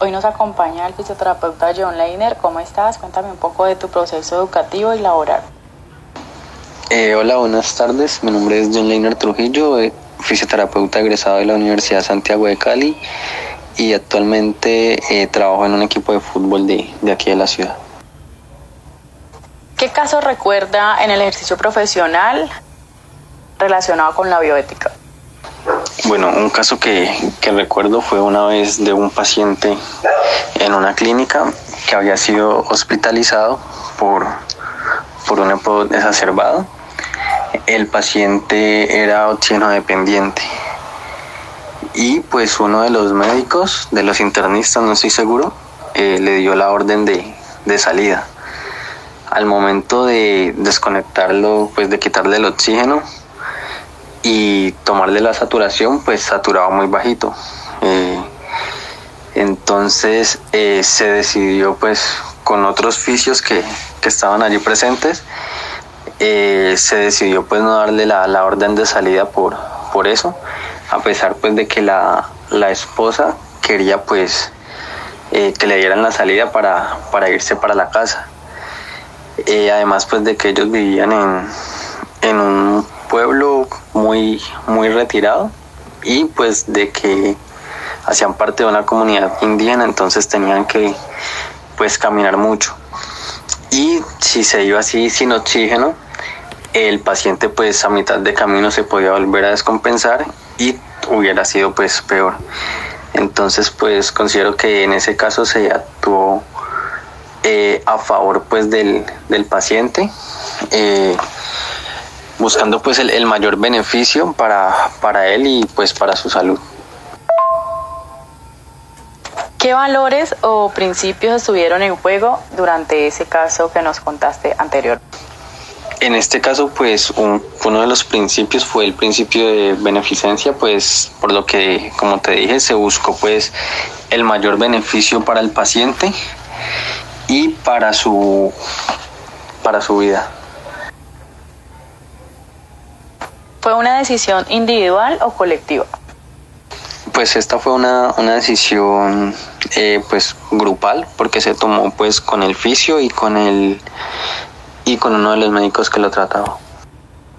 Hoy nos acompaña el fisioterapeuta John Leiner. ¿Cómo estás? Cuéntame un poco de tu proceso educativo y laboral. Hola, buenas tardes. Mi nombre es John Leiner Trujillo, fisioterapeuta egresado de la Universidad Santiago de Cali y actualmente trabajo en un equipo de fútbol de aquí de la ciudad. ¿Qué caso recuerda en el ejercicio profesional relacionado con la bioética? Bueno, un caso que recuerdo fue una vez de un paciente en una clínica que había sido hospitalizado por un EPOC exacerbado. El paciente era oxígeno dependiente y pues uno de los médicos, de los internistas, no estoy seguro, le dio la orden de salida. Al momento de desconectarlo, pues de quitarle el oxígeno y tomarle la saturación, pues saturaba muy bajito. Entonces se decidió, pues con otros fisios que estaban allí presentes, se decidió pues no darle la orden de salida por eso, a pesar pues de que la esposa quería pues que le dieran la salida para irse para la casa. Además pues de que ellos vivían en un pueblo muy retirado y pues de que hacían parte de una comunidad indígena, entonces tenían que pues caminar mucho, y si se iba así sin oxígeno, el paciente pues a mitad de camino se podía volver a descompensar y hubiera sido pues peor. Entonces pues considero que en ese caso se actuó a favor pues del paciente, buscando pues el mayor beneficio para él y pues para su salud. ¿Qué valores o principios estuvieron en juego durante ese caso que nos contaste anterior? En este caso, pues uno de los principios fue el principio de beneficencia, pues por lo que, como te dije, se buscó pues el mayor beneficio para el paciente y para su vida. ¿Fue una decisión individual o colectiva? Pues esta fue una decisión pues grupal, porque se tomó pues con el fisio y con uno de los médicos que lo trataba.